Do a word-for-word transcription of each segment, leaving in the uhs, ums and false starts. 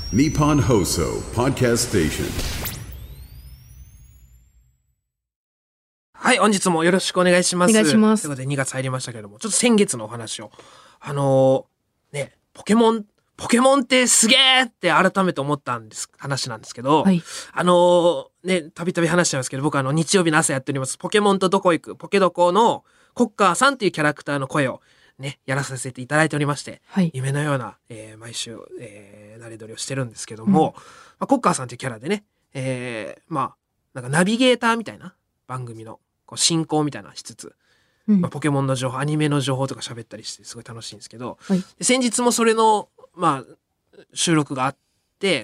Nippon Hoso Podcast Station。 はい、本日もよろしくお願いします。 お願いします。 ということでにがつ入りましたけれども、ちょっと先月のお話を、あのー、ね、ポケモン、ポケモンってすげーって改めて思ったんです、話なんですけど、 はい、 あのー、ね、たびたび話してますけど、僕あの日曜日の朝やっております、ポケモンとどこ行く、ポケドコのコッカーさんというキャラクターの声をね、やらさせていただいておりまして、 はい、 夢のような、えー、毎週、えー、慣れ撮りをしてるんですけども、うんまあ、コッカーさんというキャラでね、えー、まあ、なんかナビゲーターみたいな番組のこう進行みたいなしつつ、 うんまあ、ポケモンの情報、アニメの情報とか喋ったりしてすごい楽しいんですけど、 はい、 で先日もそれの、まあ、収録があって、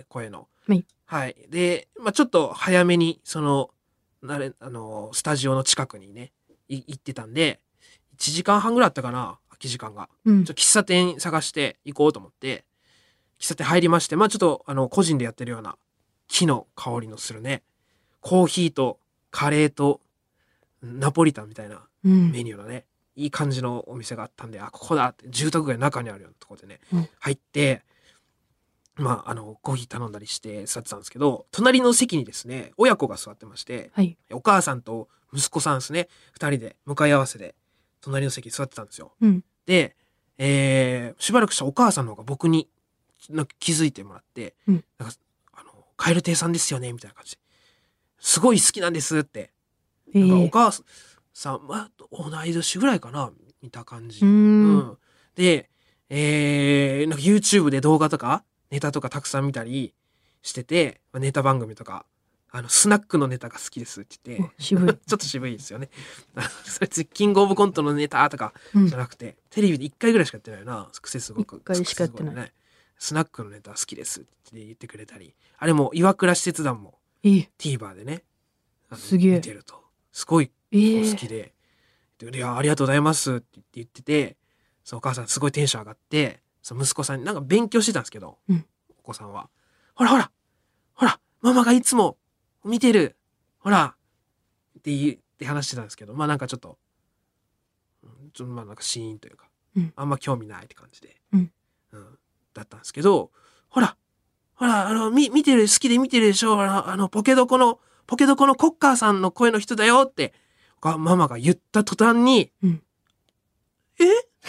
声の。 はい。 はい。で、まあ、ちょっと早めに、その、なれ、あの、スタジオの近くにね、い行ってたんで、いちじかんはんぐらいあったかな、空き時間が。 うん、 ちょっと喫茶店探して行こうと思って、喫茶店入りまして、まあちょっと、あの、個人でやってるような木の香りのするね、コーヒーとカレーとナポリタンみたいなうんメニューのね、いい感じのお店があったんで、あ、ここだって、住宅街の中にあるようなところでね、 うん入って、まあ、あの、コーヒー頼んだりして座ってたんですけど、隣の席にですね、親子が座ってまして、 はい、 お母さんと息子さんですね、二人で向かい合わせで、隣の席に座ってたんですよ。 うん、 で、えー、しばらくしたらお母さんの方が僕になんか気づいてもらって、 うんなんか、あの、カエル亭さんですよねみたいな感じで。すごい好きなんですって。 えなんかおー、 母さん、まあ、同い年ぐらいかな見た感じ。 うーんうんで、えー、なんか YouTube で動画とかネタとかたくさん見たりしてて、まあネタ番組とか、あの、スナックのネタが好きですって言ってお、渋いちょっと渋いですよね。それつキングオブコントのネタとかうんじゃなくて、テレビでいっかいぐらいしかやってないよな。癖すごく。 一回しかやってない癖すごね。スナックのネタ好きですって言ってくれたり、あれも岩倉使節団もえー、 TVer でね、あのすげえ見てると、すごいえー、 好きで、でいや、ありがとうございますって言ってて、そうお母さんすごいテンション上がって、その息子さんになんか勉強してたんですけど、 うんお子さんは。ほらほらほらママがいつも見てるほらって言って話してたんですけど、まあなんかちょっと、うんちょっとまあなんかシーンというか、 うんあんま興味ないって感じで、 うんうんだったんですけど、ほらほら、あの、み、見てる、好きで見てるでしょあの、あのポケドコの、ポケドコのコッカーさんの声の人だよって、がママが言った途端に、 うんえ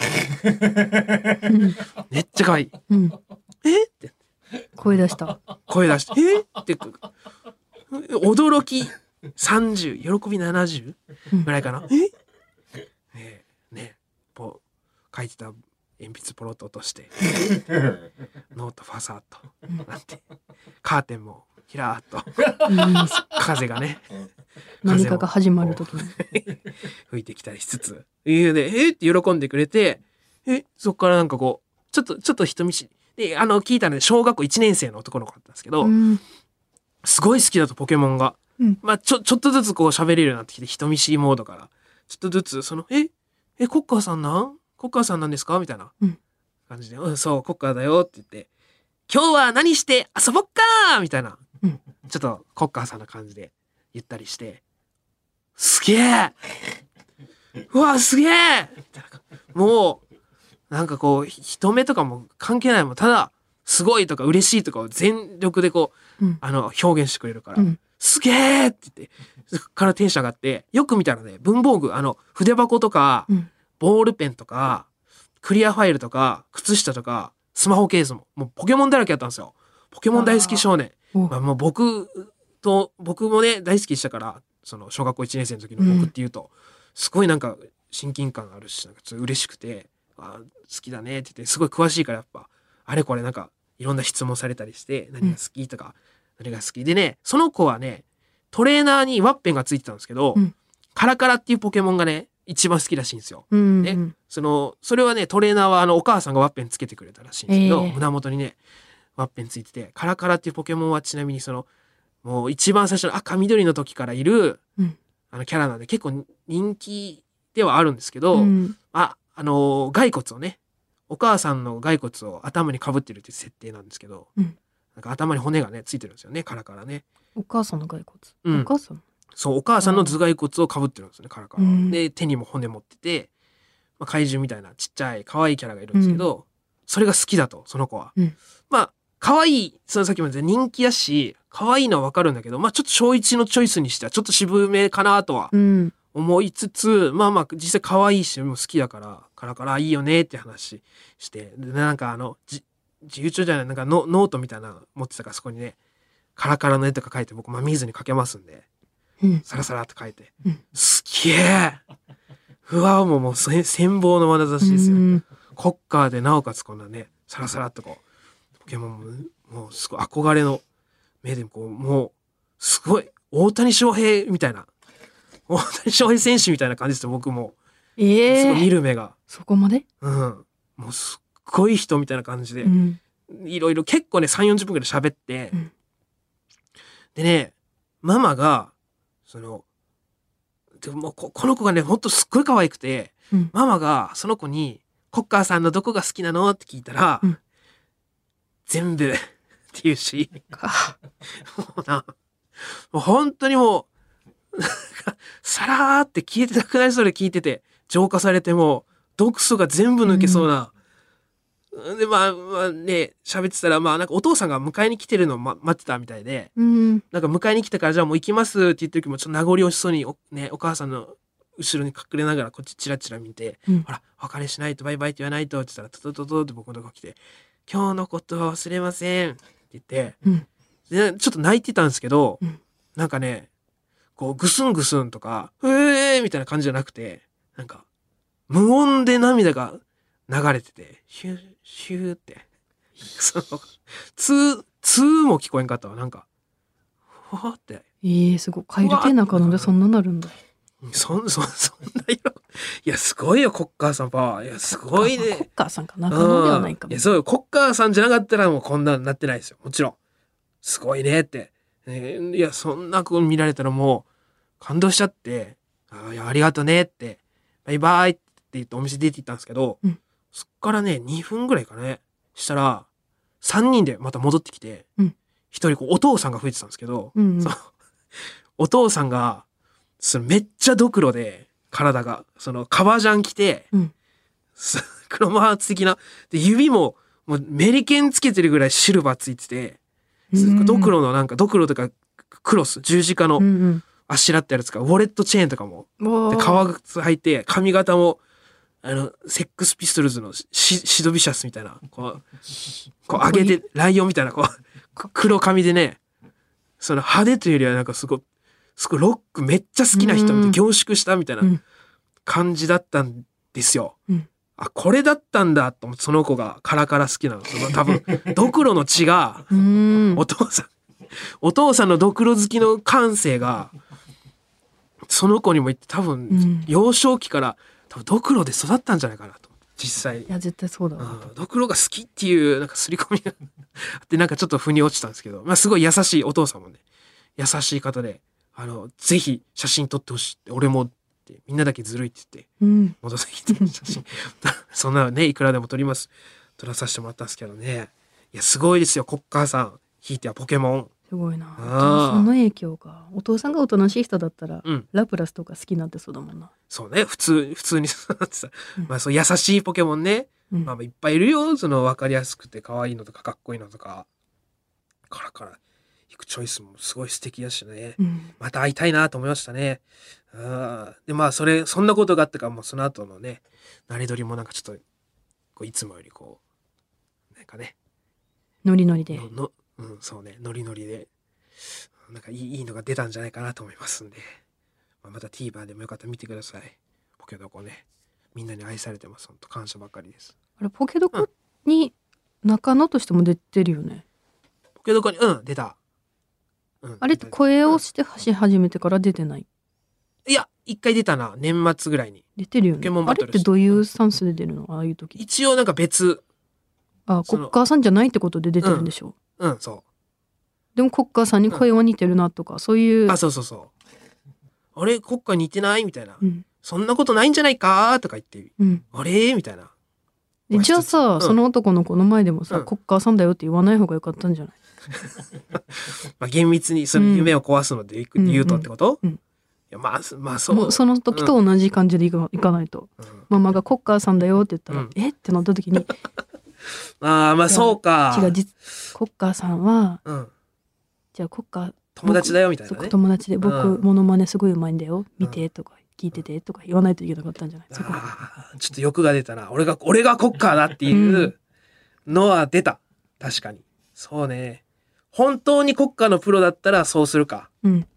うんめっちゃ可愛い。 うん、 えって声出した。 声出して、えって、驚きさんじゅう、喜びななじゅうぐらいかな。えねえ、ねポ書いてた鉛筆ポロッと落として、ノートファサーと、なんて、カーテンもひらーっと、 うん風がね、 何かが始まるときに。 吹いてきたりしつつ、いうで、えーって喜んでくれて、え、そっからなんかこう、ちょっと、ちょっと人見知り。で、あの、聞いたので、小学校いちねん生の男の子だったんですけど、 うんすごい好きだと、ポケモンが。 うんまあ、ちょ、ちょっとずつこう喋れるようになってきて、人見知りモードから、ちょっとずつ、その、え、え、コッカーさんなんコッカーさんなんですかみたいなうん感じで、うん、そう、コッカーだよって言って、今日は何して遊ぼっかーみたいな、 うんちょっとコッカーさんな感じで言ったりして、すげえうわ、すげえもう、なんかこう、人目とかも関係ないもん。ただ、すごいとか嬉しいとかを全力でこう、 うんあの、表現してくれるから、 うんすげえって言って、そこからテンション上がって、よく見たらね、文房具、あの、筆箱とか、 うんボールペンとか、クリアファイルとか、靴下とか、スマホケースも、もうポケモンだらけやったんですよ。ポケモン大好き少年。 おまあ、もう僕と、僕もね、大好きでしたから、その、小学校いちねん生の時の僕っていうと、すごいなんか、親近感があるし、なんかちょっと嬉しくて、あ好きだねって言って、すごい詳しいからやっぱ、あれこれなんか、いろんな質問されたりして、何が好きとか、何が好きでね、その子はね、トレーナーにワッペンがついてたんですけど、 うんカラカラっていうポケモンがね、一番好きらしいんですよ。 うんねその、それはね、トレーナーはあの、お母さんがワッペンつけてくれたらしいんですけど、 えー胸元にね、ワッペンついてて、カラカラっていうポケモンはちなみにその、もう一番最初の赤緑の時からいる、 うんあのキャラなんで結構人気ではあるんですけど、 うんあ、あのー骸骨をね、お母さんの骸骨を頭にかぶってるっていう設定なんですけど、 うんなんか頭に骨がね、ついてるんですよね、カラカラね。 お母さんの骸骨、 うんお母さんそう、お母さんの頭蓋骨をかぶってるんですよね、カラカラは。 うんで、手にも骨持ってて、まあ、怪獣みたいなちっちゃい可愛いキャラがいるんですけど、それが好きだと、その子は。 うんまあ、 可愛い、そのさっきも言った人気だし、可愛いのはわかるんだけど、まあちょっと小一のチョイスにしてはちょっと渋めかなとはうん。 思いつつ、まあまあ実際可愛いし、もう好きだから、カラカラいいよねって話して、で、なんかあの、じ自由帳じゃない、なんかノノートみたいなの持ってたからそこにね、カラカラの絵とか書いて僕、まあ見ずに書けますんで、 うん。 サラサラって書いて、 うんすげえうわもうもうせ羨望の眼差しですよ。 うんコッカーでなおかつこんなねサラサラっとこうポケモンももうすごい憧れの目でこうもうすごい大谷翔平みたいな大谷翔平選手みたいな感じですよ僕もえすごい見え。 る目が、 そこまで？ うんもうすっごい人みたいな感じで、 うん。 いろいろ結構ねさんじゅうよんじゅっぷんぐらい喋って、 うんでねママがそのでもここの子がねほんとすっごい可愛くて、 うんママがその子に「コッカーさんのどこが好きなの?」って聞いたら「 うん全部」って言うしあもうなもう本当にもうなんかさらーって消えてなくなりそうで聞いてて浄化されてもう毒素が全部抜けそうな、でまあまあね喋ってたらまあなんかお父さんが迎えに来てるのを、ま、待ってたみたいでうん。 なんか迎えに来てからじゃあもう行きますって言ってる時もちょっと名残惜しそうにお,、ね、お母さんの後ろに隠れながらこっちチラチラ見てうんほら別れしないとバイバイって言わないとって言ったらトトトトって僕のとこ来て今日のことは忘れませんって言ってうん。 でちょっと泣いてたんですけど、 うんなんかねこうグスングスンとか「えー!」みたいな感じじゃなくてなんか無音で涙が流れててヒューシューってそのツーツーも聞こえんかったわなんかふわってええ、すごい。カエル系中のでそんななるんだ。 そんそんそんな色いやすごいよコッカーさんパワーいやすごいコッねカーさんか中野ではないかもうんいや。そうよコッカーさんじゃなかったらもうこんなんなってないですよもちろんすごいねって、ねいやそんな子見られたらもう感動しちゃってあいやありがとねってバイバイって言ってお店出て行ったんですけど、 うんそっからねにふんぐらいかねしたらさんにんでまた戻ってきてうん一、人こうお父さんが増えてたんですけど、 うんうんそうお父さんがそのめっちゃドクロで体がその革ジャン着て、 うんすクロムハーツ的なで指ももうメリケンつけてるぐらいシルバーついてて、 うんドクロのなんかドクロとかクロス十字架のうんあしらってあるやつかウォレットチェーンとかもうん。 でわあ革靴履いて髪型もあのセックスピストルズのシシドビシャスみたいなこうこう上げてライオンみたいなこうく黒髪でねその派手というよりはなんかすごいすごいロックめっちゃ好きな人みたいなうん凝縮したみたいなうん感じだったんですよ。 うんあこれだったんだと思ってその子がカラカラ好きなのその多分ドクロの血がうんお父さんお父さんのドクロ好きの感性がその子にも言って多う分ん幼少期から多分ドクロで育ったんじゃないかなと実際いや絶対そうだわ。 うんドクロが好きっていうなんか刷り込みがあってなんかちょっと腑に落ちたんですけど、まあ、すごい優しいお父さんもね優しい方であのぜひ写真撮ってほしいって俺もってみんなだけずるいって言ってうん。 戻ってきて写真そんなのねいくらでも撮ります撮らさせてもらったんですけどねいやすごいですよコッカーさんひいてはポケモンすごいな。おあー父さんの影響か。お父さんがおとなしい人だったら、 うんラプラスとか好きになってそうだもんな。 そうね普通普通に育ってさ、 うんまあそう優しいポケモンねうんまあ、いっぱいいるよその分かりやすくて可愛いのとかかっこいいのとかカラカラ行くチョイスもすごい素敵だしね、 うん。 また会いたいなと思いましたねあでまあそれそんなことがあったからもうその後のねナレドリもなんかちょっとこういつもよりこうなんかねノリノリで。 ののうんそうねノリノリでなんかいいいいのが出たんじゃないかなと思いますんで、まあ、また TVer でもよかったら見てくださいポケドコねみんなに愛されてます本当感謝ばっかりですあれポケドコに中野としても出てるよね。 ポケドコにうん出た、うんあれって声をしてし始めてから出てない。 いや一回出たな年末ぐらいに出てるよねポケモン。 あれっバトルてどういうスタンスで出るの？ああいう時。 一応なんか別あ、コそのッカーさんじゃないってことで出てるんでしょ。 うんそでもコッカーさんに声は似てるなとか、そういううあ。そうそうそうあれ国家似てないみたいな、 うんそんなことないんじゃないかとか言ってうん。 あれみたいなでじゃあさ、 うんその男の子の前でもさ、 うんコッカーさんだよって言わない方がよかったんじゃない？ まあ、厳密にその夢を壊すので言う,、 うん言うとってこと、 うんいやまあすまあそうもうその時と同じ感じでいか,、いかないと。 うんママがコッカーさんだよって言ったら、 うんえってなった時にああまあそうか。 違う、実コッカーさんは、 うん、 じゃあコッカー友達だよみたいなね。 僕友達で僕、 うんモノマネすごいうまいんだよ見てとか聞いててとか言わないといけなかったんじゃない、そこあーちょっと欲が出たな。俺が俺がコッカーだっていうのは出た。確かにそうね。本当にコッカーのプロだったらそうするか。 うん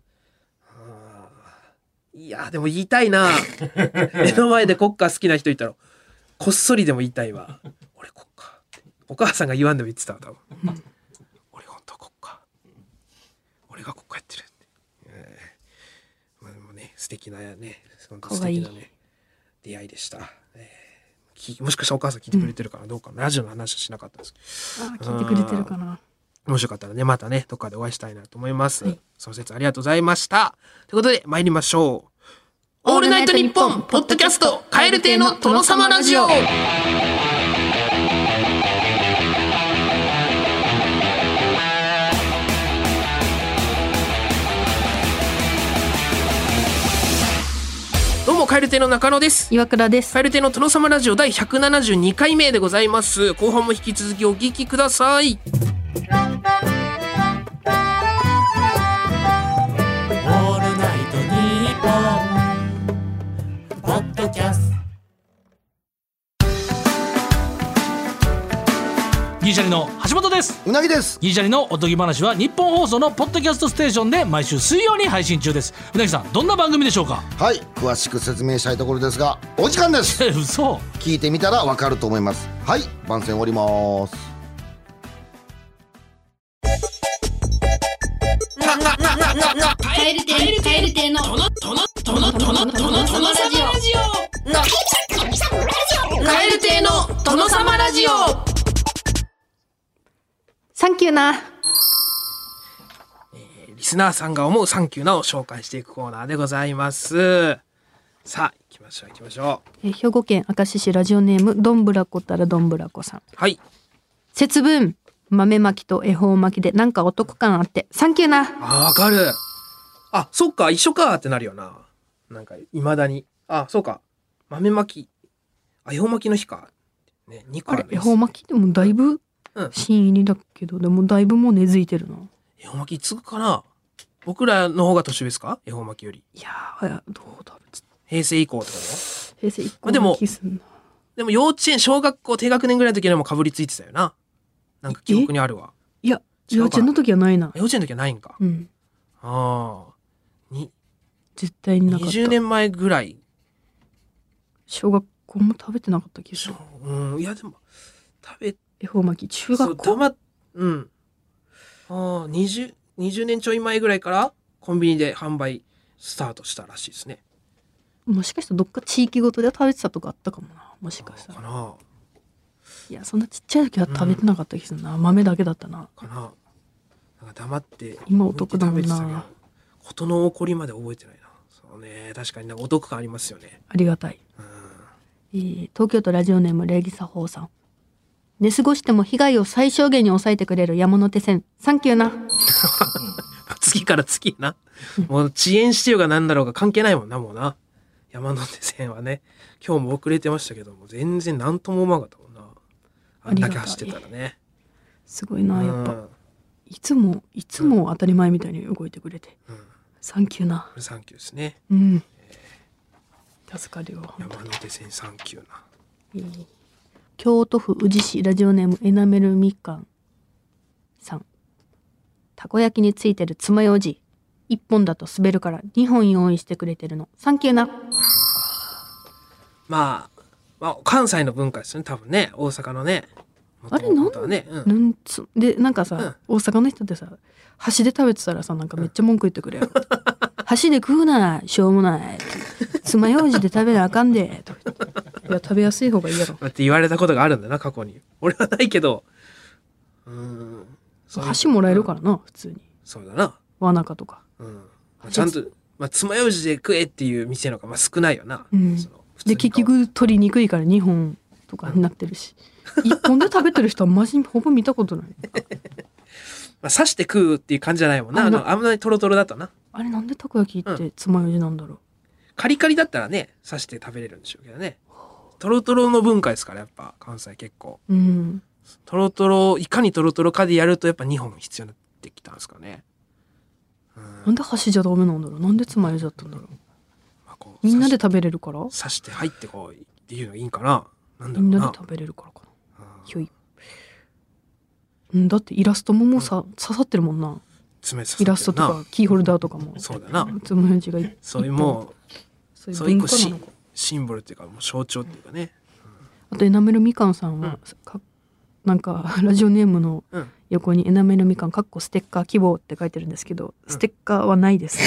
いやでも言いたいな。目の前でコッカー好きな人いたらこっそりでも言いたいわ。俺コッカーってお母さんが言わんでも言ってたわ多分。俺本当コッカー。俺がコッカーやってるって。えーまあでもね素敵なね本当素敵なねかわいい出会いでした。えーきもしかしたらお母さん聞いてくれてるかな、どうかな。ラジオの話はしなかったんですけど。 あ聞いてくれてるかな。 もしよかったらねまたねどっかでお会いしたいなと思います、 はい、 その説ありがとうございました。ということで参りましょう。オールナイトニッポンポッドキャスト蛙亭の殿様ラジオ。どうも蛙亭の中野です。 岩倉です。 蛙亭の殿様ラジオ第ひゃくななじゅうにかいめでございます。後半も引き続きお聞きください。 ギリシャリの橋本です。 うなぎです。 ギリシャリのおとぎ話は日本放送のポッドキャストステーションで毎週水曜に配信中です。うなぎさんどんな番組でしょうか。 はい、詳しく説明したいところですがお時間です。 え嘘。 聞いてみたらわかると思います。はい、番宣終わります。 蛙亭蛙亭の殿殿殿殿殿様ラジオ蛙亭の殿様ラジオ。 サンキューな。 リスナーさんが思うサンキューなを紹介していくコーナーでございます。さあ行きましょう行きましょう。 え兵庫県明石市ラジオネームどんぶらこたらどんぶらこさん。 はい。 節分豆まきと恵方巻きでなんかお得感あってサンキューな。 あわかる。あそっか一緒かってなるよな。なんか未だにあそうか豆まきあ恵方巻きの日かねにこああれ恵るんです。 方巻きでもだいぶうん新入りだけど、でもだいぶもう根付いてるな。 恵方巻きいつかな。僕らの方が年上ですか恵方巻きより。 いやーいやどうだろう。 平成以降ってこと。 平成一個でもの気すんな。 でも幼稚園小学校低学年ぐらいの時にはもうかぶりついてたよな。なんか記憶にあるわ。 いや違うか幼稚園の時はないな。 幼稚園の時はないんか。 うんああに絶対になかった。 にじゅうねんまえぐらい。 小学校も食べてなかった気がすそる。 ううんいやでも食べ恵方巻き中学校。 そうたまうんああにじゅうにじゅうねんちょい前ぐらいからコンビニで販売スタートしたらしいですね。 もしかしたらどっか地域ごとで食べてたとかあったかもな。もしかしたからな。 いやそんなちっちゃい時は食べてなかった気がするな、豆だけだったな。 かな。なんか黙って今お得だもんな向いて食べてたけど事の起こりまで覚えてないな。そうね確かになんかお得感ありますよね。 ありがたい。えー東京都ラジオネーム礼儀作法さん。寝過ごしても被害を最小限に抑えてくれる山手線サンキューな。 次から次な。もう遅延してようがなんだろうが関係ないもんなもうな。山手線はね今日も遅れてましたけども全然何とも思わなかったもんな。あんだけ走ってたらね。 すごいなやっぱ、 うんいつもいつも当たり前みたいに動いてくれて、 うんサンキューな。 サンキューですね。 うん助かるよ。 山手線サンキューな。 えー京都府宇治市ラジオネームエナメルみかんさん。たこ焼きについてる爪楊枝いっぽんだと滑るからにほん用意してくれてるのサンキューな。 まあ、まあ関西の文化ですよね多分ね。大阪のねあれなん元々はね、うんなんつでなんかさ、大阪の人ってさ箸で食べてたらさなんかめっちゃ文句言ってくれよ、箸で食うなしょうもない爪楊枝で食べなあかんでとか言っていや食べやすい方がいいやろ。 って言われたことがあるんだな過去に。俺はないけどうーんそういう箸もらえるからな普通にそうだな。 輪中とかうんまあ、ちゃんと、まあ、爪楊枝で食えっていう店の方がまあ少ないよな、 うんその普通にで結局取りにくいからにほんとかになってるし、いっぽんで食べてる人はマジにほぼ見たことないまあ、刺して食うっていう感じじゃないもんな。ああのあんまりトロトロだとな。 あれなんでたこ焼きって爪楊枝なんだろう。 カリカリだったらね刺して食べれるんでしょうけどね。トロトロの文化ですからやっぱ関西結構うんトロトロいかにトロトロかでやるとやっぱにほん必要になってきたんですかね。 なんで箸じゃダメなんだろう。なんでつまようじだったんだろう。 まあ、こうみんなで食べれるから。 刺して入ってこうっていうのがいいんかな。なんだろみうんな。 なで食べれるからかな。ひょい。うんだってイラストももうさ、刺さってるもんな。 爪刺さってるなイラストとかキーホルダーとかも。 そうだな。 つまようじがいそういうもうそういうそういう一個シ文化なのか。 シンボルっていうかもう象徴っていうかね。 あとエナメルみかんさんは、かなんかラジオネームのうん。 横にエナメルみかんかっこステッカー希望って書いてるんですけど、ステッカーはないです。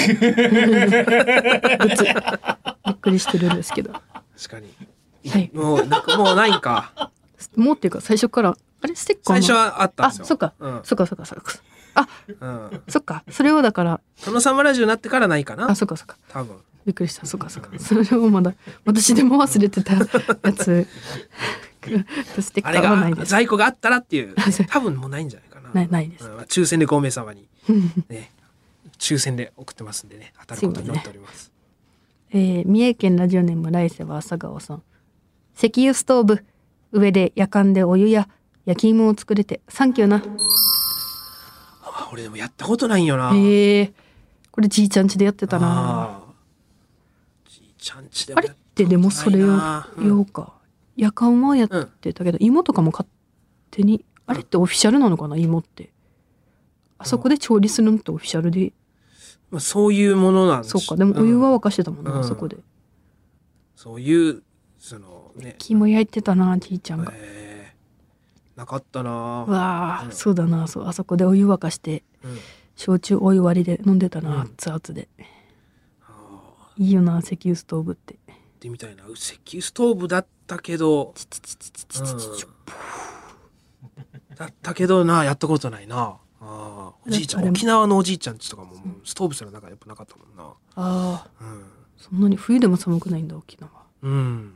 別びっくりしてるんですけど。 確かに。 はいもうなんかもうないんか。 もうっていうか最初からあれステッカーの最初はあったんですよ。 あそっか、 うん。 そっかそっかそっかあうん。 そっかそれをだから殿様ラジオになってからないかなあ。そっかそっか多分。 びっくりしたそっかそっかそれをまだ私でも忘れてたやつステッカあれがーはないです在庫があったらっていうあそう。 多分もうないんじゃないかな。 ないないですうん抽選でごめいさまにね抽選で送ってますんでね当たることになっております。 えー三重県ラジオネーム来世は朝顔さん。石油ストーブ上で夜間でお湯や焼き芋を作れてサンキューな。 あ俺でもやったことないんよな。 へえこれじいちゃん家でやってたな。 あーじいちゃんちであれってでもそれをやようか夜間はやってたけど、芋とかも勝手にあれってオフィシャルなのかな芋ってあそこで調理するのってオフィシャルで、 まあ、そういうものなんです。 そうかでもお湯はうん沸かしてたもんな、 うんあそこでそういうそのね肝焼いてたなじいちゃんが、 えーなかったな。 わあ、 うんそうだなそうあそこでお湯沸かしてうん焼酎お湯割りで飲んでたな、 うん熱々であいいよな石油ストーブってーってみたいな石油ストーブだったけど、 チチチチチチチチうんだったけどなやったことないな。あーおじいちゃんあれも沖縄のおじいちゃんちとかももうストーブすらなんかやっぱなかったもんな。 あーうんそんなに冬でも寒くないんだ沖縄。 うん。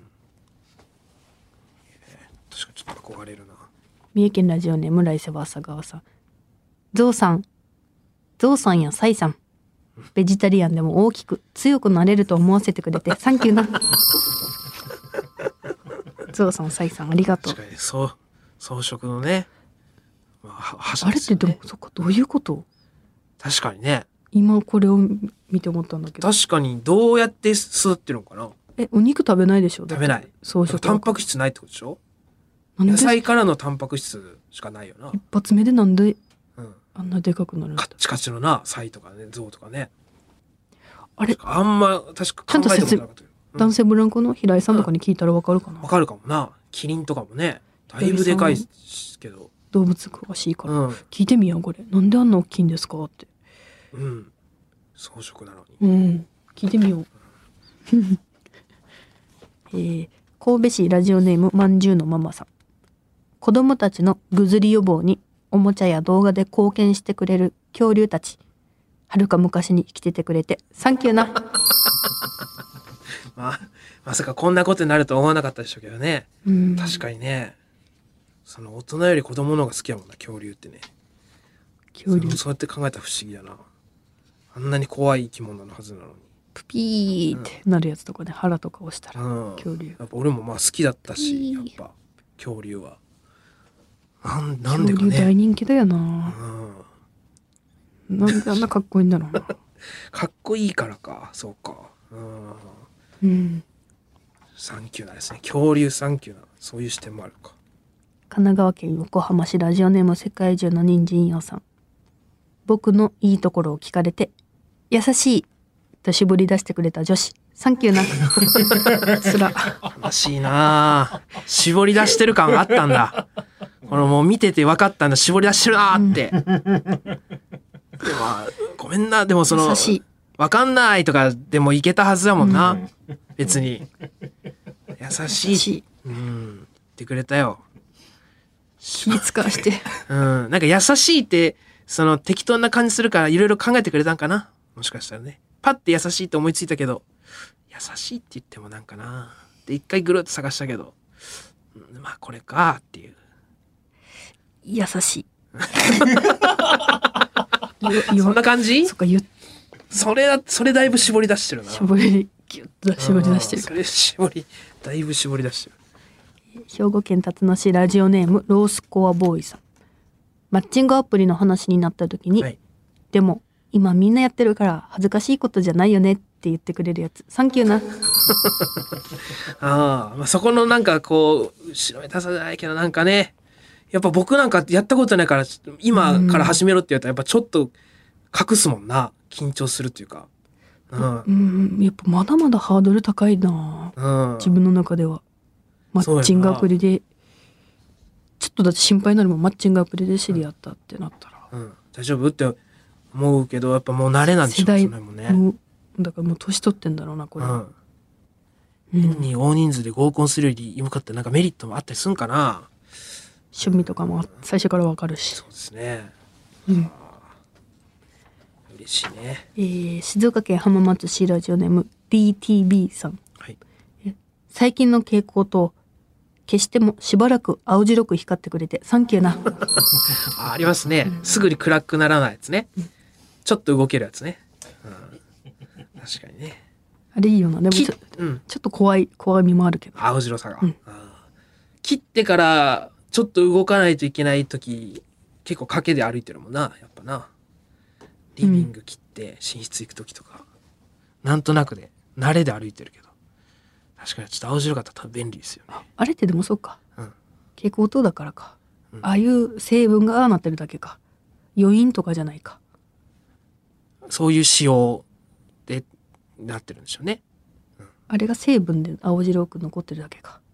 えー確かにちょっと憧れるな。 三重県ラジオネーム来世は朝川さん。ゾウさんゾウさんやサイさんベジタリアンでも大きく強くなれると思わせてくれてサンキューな。ゾウさんサイさんありがとう。 確かにそう装飾のね、まあ、は箸あれってすよねでもそっかどういうこと？ 確かにね今これを見て思ったんだけど。 確かにどうやって吸ってるのかな。 えお肉食べないでしょ？ 食べない。 装飾タンパク質ないってことでしょ。 なんで野菜からのタンパク質しかないよな。 一発目でなんでうん、 あんなでかくなるんだカッチカチのなサイとかねゾウとかね。 あれあんま確か考えたことなかったよ。うん男性ブランコの平井さんとかに聞いたらわかるかな、 わかるかもな。キリンとかもねだいぶでかいけど。 動物詳しいから、 うん聞いてみようこれなんであんな大きいんですかって。 うん装飾なのに。 うん聞いてみよう、えー、神戸市ラジオネームまんじゅうのママさん。子供たちのぐずり予防におもちゃや動画で貢献してくれる恐竜たちはるか昔に生きててくれてサンキューな。 まあまさかこんなことになるとは思わなかったでしょうけどね。 うん確かにねその大人より子供の方が好きやもんな恐竜ってね。 恐竜そうそうやって考えたら不思議だな。あんなに怖い生き物のはずなのに。 プピーってなるやつとかね腹とか押したら、 うん、 恐竜やっぱ俺もまあ好きだったしやっぱ恐竜はなんなんでか恐竜大ね、 人気だよな。 うん、 なんであんなかっこいいんだろうな。 かっこいいからかそうか。うんうんサンキューなんですね。恐竜サンキューなそういう視点もあるか。 神奈川県横浜市ラジオネーム世界中の人参用さん。僕のいいところを聞かれて優しいと絞り出してくれた女子サンキューな。つら悲しいなあ絞り出してる感があったんだ。このもう見てて分かったんだ絞り出してるなーって。でもまあごめんなでもその優しい分かんないとかでもいけたはずだもんな、別に優しい優しいうん言ってくれたよ。 気使わしてうんなんか優しいってその適当な感じするからいろいろ考えてくれたんかなもしかしたらね。パッて優しいって思いついたけど優しいって言ってもなんかなで一回ぐるっと探したけど、うんまあこれかっていう。 優しいそんな感じそっかゆそれだそれだいぶ絞り出してるな。 絞りギュッと絞り出してるから。 それ絞りだいぶ絞り出してる。 兵庫県辰野市ラジオネームロースコアボーイさん。マッチングアプリの話になった時に、はい、でも今みんなやってるから恥ずかしいことじゃないよねって言ってくれるやつ、サンキューな。 あ、まあ、そこのなんかこう後ろめたさじゃないけどなんかね、やっぱ僕なんかやったことないから今から始めろって言ったらやっぱちょっと隠すもんな、緊張するっていうか、うん、 うん、やっぱまだまだハードル高いな、うん、自分の中では。マッチングアプリでちょっとだって心配になるもん、マッチングアプリで知り合ったってなったら、うん、 大丈夫って思うけどやっぱもう慣れなんでしょ、世代もね、もうだからもう年取ってんだろうなこれ、うん、 変に大人数で合コンするより向かってなんかメリットもあったりするんかな、 趣味とかも最初から分かるし。 そうですね、 うん、 嬉しいね。 えー、静岡県浜松市ラジオネーム ディーティービー さん、はい、え最近の傾向と決してもしばらく青白く光ってくれてサンキューな。 あ, ありますね、うん、すぐに暗くならないやつね、うん、ちょっと動けるやつね、うん、確かにね、 あれいいよな。でもち ょ,、うん、ちょっと怖い怖みもあるけど、 青白さが、うん、切ってからちょっと動かないといけない時結構賭けで歩いてるもんな、やっぱな。リビング切って寝室行く時とか、うん、なんとなくで慣れで歩いてるけど、確かにちょっと青白かったら多分便利ですよね。 あ, あれってでもそうか、 うん、 蛍光灯だからか、うん、ああいう成分がああなってるだけか、余韻とかじゃないか、 そういう仕様でなってるんでしょうね、うん、 あれが成分で青白く残ってるだけか。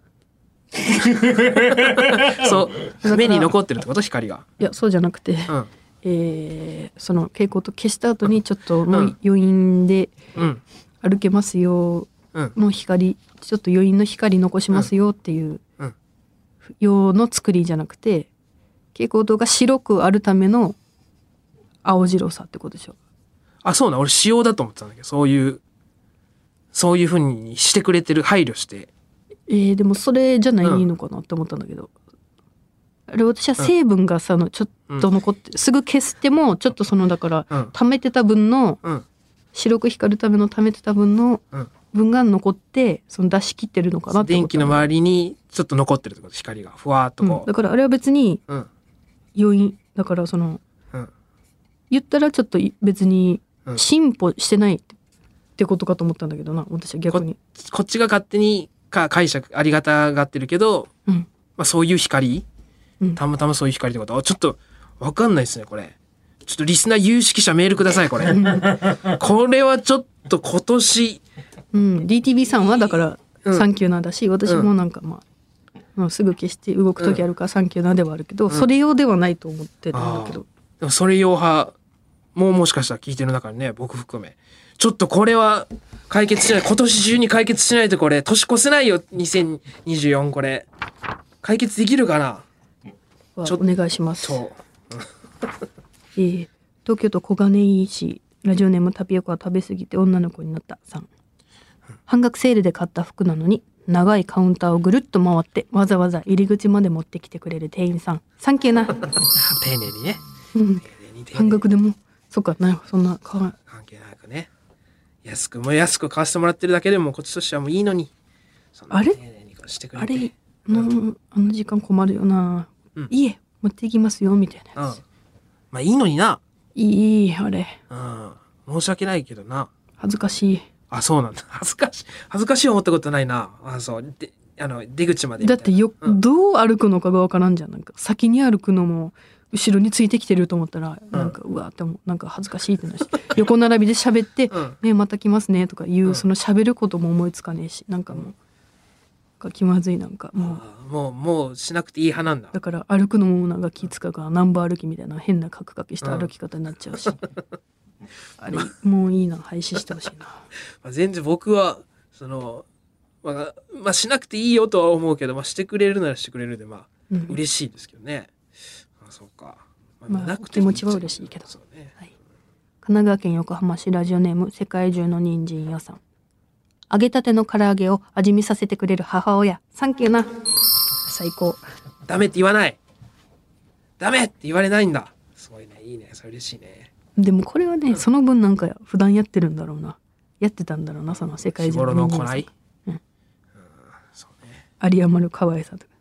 そう目に残ってるってこと、光が。 いやそうじゃなくて、うん、えー、その蛍光灯消した後にちょっとの余韻で歩けますよの光、うん、ちょっと余韻の光残しますよっていう用の作りじゃなくて、蛍光灯が白くあるための青白さってことでしょ。 あ、そうな、俺仕様だと思ってたんだけど、そういうそういう風にしてくれてる、配慮して。 えー、でもそれじゃないのかなって思ったんだけど、うん、あれ私は成分がさ、のちょっと残って、うん、すぐ消してもちょっとそのだから、うん、溜めてた分の、うん、白く光るための溜めてた分の分が残ってその出し切ってるのかなって思った。電気の周りにちょっと残ってるってこと、光がふわっとこう、 うん、だからあれは別に余韻だから、その、うん、言ったらちょっと別に進歩してないってことかと思ったんだけどな、私は逆にこ, こっちが勝手にか解釈ありがたがってるけど、うん、まあ、そういう光、うん、たまたまそういう光ってことはちょっと分かんないですね。これちょっとリスナー有識者メールください。これこれはちょっと今年、 うん、ディーティービー さんはだから、うん、サンキューなだし、私もなんかまあ、まあ、すぐ消して動く時あるからサンキューなではあるけど、うん、それ用ではないと思ってるんだけど、 でもそれ用派もうもしかしたら聞いてる中にね、僕含めちょっとこれは解決しない、今年中に解決しないとこれ年越せないよ。にせんにじゅうよんこれ解決できるかな。 ちょお願いします。そうえー、東京都小金井市ラジオネームタピオカを食べ過ぎて女の子になったさん。半額セールで買った服なのに長いカウンターをぐるっと回ってわざわざ入り口まで持ってきてくれる店員さん、サンキューな。 丁寧にね半額でもそっかな、そんな関係なくね、安くも安く買わせてもらってるだけでもこっちとしてはもういいのに、 あれあれの、うん、あの時間困るよな、うん、いえ持っていきますよみたいなやつ、うん、 まあいいのにな。 いいあれ、 うん、申し訳ないけどな。 恥ずかしい。 あ、そうなんだ。恥ずかしい恥ずかしい思ったことないな。あ、そうで、あの出口までだってよ、うん、どう歩くのかがわからんじゃん。なんか先に歩くのも後ろについてきてると思ったら、うん、なんかうわーってもなんか恥ずかしいってなるし横並びで喋って「うん、ねまた来ますね」とかいう、うん、その喋ることも思いつかねえし、なんかもうが気まずい、なんかもうもうもうしなくていい派なんだ。 だから歩くのもなんか気使うからナンバー歩きみたいな変なカクカクした歩き方になっちゃうし、うん、あれもういいな、廃止してほしいな。 まあ全然僕はその、まあ、まあしなくていいよとは思うけど、まあ、してくれるならしてくれるでまあ、うん、嬉しいですけどね。あ、そうか、 まあ、まあ、気持ちは嬉しいけど、そうね、はい、神奈川県横浜市ラジオネーム世界中の人参屋さん。揚げたての唐揚げを味見させてくれる母親、サンキューな。最高。 ダメって言わない、ダメって言われないんだ。すごいね、いいね、それ嬉しいね。 でもこれはね、うん、その分なんか普段やってるんだろうな、やってたんだろうな、その世界中の人参屋さん。日頃の行い、うん、うん、そうね、有り余る可愛さとか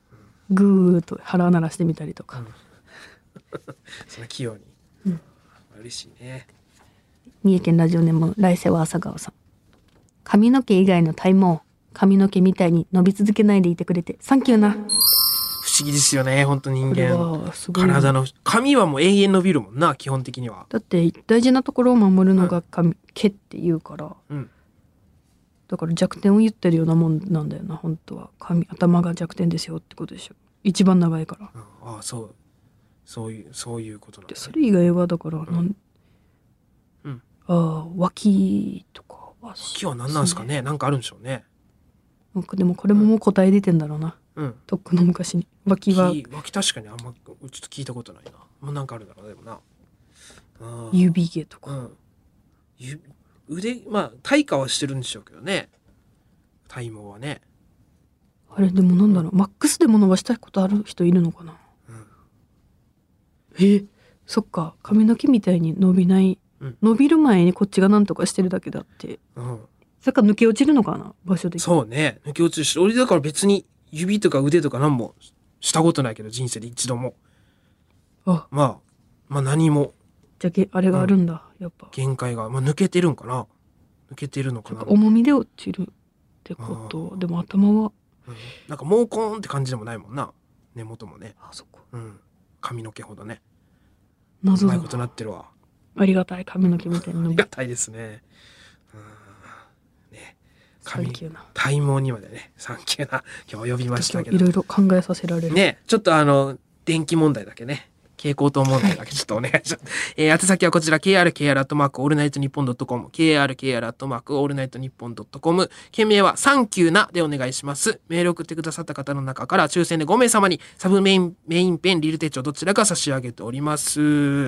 グーと腹鳴らしてみたりとか、 うん、その器用に、 うん、 嬉しいね。 三重県ラジオネーム来世は朝顔さん。髪の毛以外の体毛髪の毛みたいに伸び続けないでいてくれてサンキューな。 不思議ですよね本当人間。体の髪はもう永遠伸びるもんな基本的には。 だって大事なところを守るのが髪、うん、毛って言うから、うん、だから弱点を言ってるようなもんなんだよな本当は。髪頭が弱点ですよってことでしょ。一番長いから、 うん、ああそうそういうそういうことなんだ、ね、 でそれ以外はだからなん、うん、ああ脇とかは脇は何なんですかね。なんかあるんでしょうね。 なんかでもこれももう答え出てんだろうな、うん、とっくの昔に。脇は脇確かにあんまちょっと聞いたことないな。もうなんかあるだろうでもな。 あ指毛とか、うん、 指腕まあ退化はしてるんでしょうけどね体毛はね。 あれでもなんだろう、うん、マックスでも伸ばしたいことある人いるのかな、うん、えそっか髪の毛みたいに伸びない、うん、伸びる前にこっちがなんとかしてるだけだって、うん、それから抜け落ちるのかな場所的に。 そうね抜け落ちるし俺だから別に指とか腕とか何もしたことないけど人生で一度もあまあまあ何もじゃああれがあるんだ、うん、やっぱ限界が、まあ、抜けてるんかな抜けてるのかな。 重みで落ちるってことでも頭は、 うん、なんか毛根って感じでもないもんな根元もね。 あそっか、 うん、髪の毛ほどね謎だうまいことなってるわ。 ありがたい髪の毛みたいなありがたいですね。うんね髪サンキューな体毛にまでねサンキューな今日呼びましたけどいろいろ考えさせられるね。ちょっとあの電気問題だけね蛍光灯問題だけちょっとお願いします。えー、宛先はこちら ケーアールケーアール アットマークオールナイトニッポンドットコム ケーアールケーアール アットマークオールナイトニッポンドットコム件名はサンキューなでお願いします。メール送ってくださった方の中から抽選でごめいさまにサブメインメインペンリール手帳どちらか差し上げております。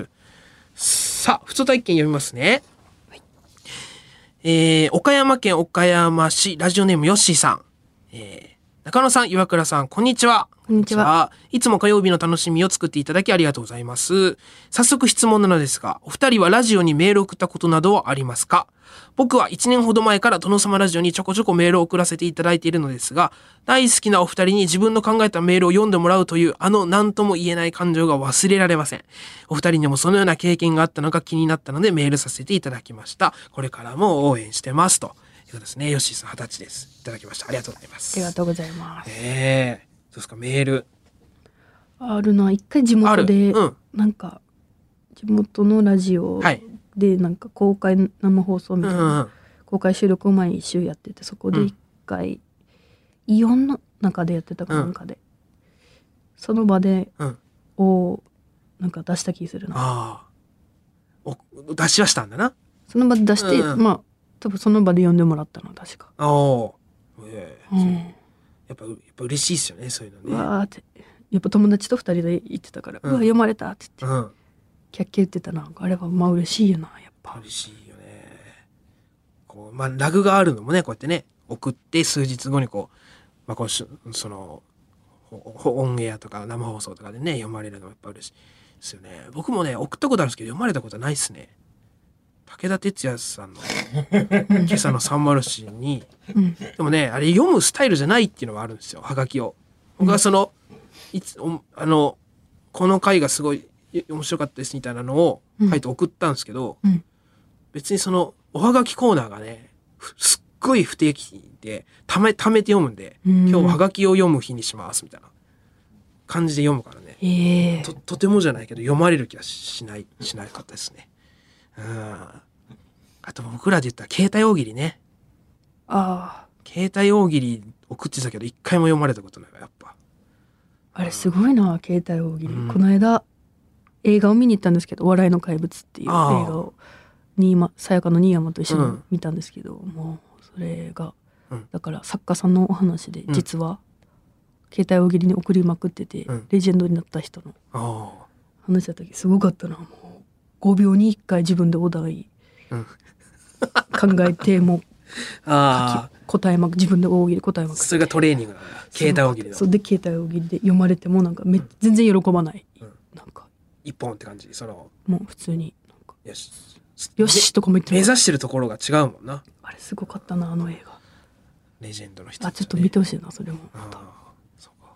さあ普通体験読みますね、はい。えー、岡山県岡山市ラジオネームヨッシーさん、えー、中野さん岩倉さんこんにちは。 こんにちは。 いつも火曜日の楽しみを作っていただきありがとうございます。早速質問なのですが、お二人はラジオにメールを送ったことなどはありますか？僕はいちねんほど前から殿様ラジオにちょこちょこメールを送らせていただいているのですが、大好きなお二人に自分の考えたメールを読んでもらうというあの何とも言えない感情が忘れられません。お二人にもそのような経験があったのか気になったのでメールさせていただきました。これからも応援してますということですね。ヨッシーさん二十歳です。いただきました。ありがとうございます。 ありがとうございます。 えーどうですかメールあるな。一回地元で、うん、なんか地元のラジオでなんか公開生放送みたいな、うんうん、公開収録を毎週やっててそこで一回、うん、イオンの中でやってたかなんかで、うん、その場で、うん、をなんか出した気するな。 あお出しはしたんだな。 その場で出して、うん、まあ多分その場で呼んでもらったの確か。 おえーうん、やっぱやっぱ嬉しいですよねそういうのね。 わーってやっぱ友達と二人で行ってたから、うん、うわ読まれたって言って、うん、キャッキャ言ってたな。あれはまあ嬉しいよなやっぱ。 嬉しいよね。こうまあラグがあるのもねこうやってね送って数日後にこうまあこうそのオンエアとか生放送とかでね読まれるのもやっぱ嬉しいですよね。僕もね送ったことあるんですけど読まれたことはないですね。武田鉄矢さんの今朝のさんまるしに、うん、でもねあれ読むスタイルじゃないっていうのはあるんですよはがきを。僕はその、うん、いつあのこの回がすごい面白かったですみたいなのを書いて送ったんですけど、うん、別にそのおはがきコーナーがねすっごい不定期でためためて読むんで、うん、今日はがきを読む日にしますみたいな感じで読むからね、えー、と, とてもじゃないけど読まれる気はしないしなかったですね。うん、あと僕らで言ったら携帯大喜利ね。ああ携帯大喜利送ってたけど一回も読まれたことないわやっぱ。 あれすごいな携帯大喜利、うん、この間映画を見に行ったんですけど「笑いの怪物」っていう映画をさやかの新山と一緒に見たんですけど、うん、もうそれが、うん、だから作家さんのお話で実は、うん、携帯大喜利に送りまくってて、うん、レジェンドになった人の話だった時すごかったな。もうごびょうにいっかい自分でお題考えてもうあ答えまく自分で大喜利答えまくってそれがトレーニングなんだ携帯大喜利の。 そうで携帯大喜利で読まれてもなんかめ、うん、全然喜ばない、うん、なんか一本って感じ。そのもう普通になんかよしよしとかも言って目指してるところが違うもんな。 あれすごかったなあの映画。 レジェンドの人、ね、 あちょっと見てほしいなそれもまた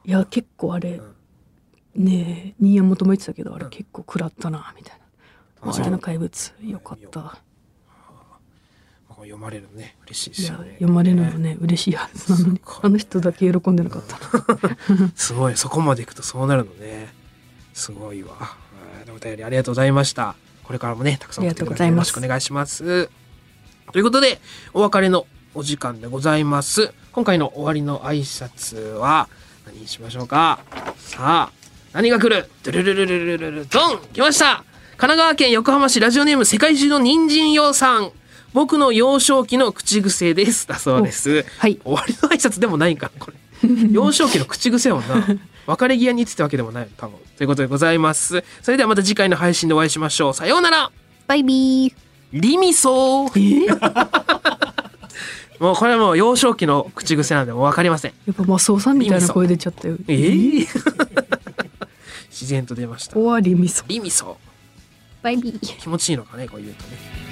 いや結構あれ、ねえ新山本も言ってたけどあれ結構食らったなみたいな、あれの怪物よかった。 読まれるのね嬉しいですいやよね。 読まれるのね嬉しいはずなのにあの人だけ喜んでなかったなすごいそこまでいくとそうなるのね。すごいわ。お便りありがとうございました。これからもねたくさん送ってください。よろしくお願いします。ということでお別れのお時間でございます。今回の終わりの挨拶は何にしましょうか。さあ何が来る。ドゥルルルルルルルドン来ました。神奈川県横浜市ラジオネーム世界中の人参用さん。僕の幼少期の口癖ですだそうです。 はい。 終わりの挨拶でもないんかこれ。幼少期の口癖もな。別れ際に言ってたわけでもない多分。ということでございます。それではまた次回の配信でお会いしましょう。さようなら。 バイビー。 リミソー。もうこれはもう幼少期の口癖なんでもう分かりません。 やっぱマスオさんみたいな声出ちゃったよ。 えー、自然と出ました。 終わりみそ。 リミソー。 バイビー。 気持ちいいのかねこう言うとね。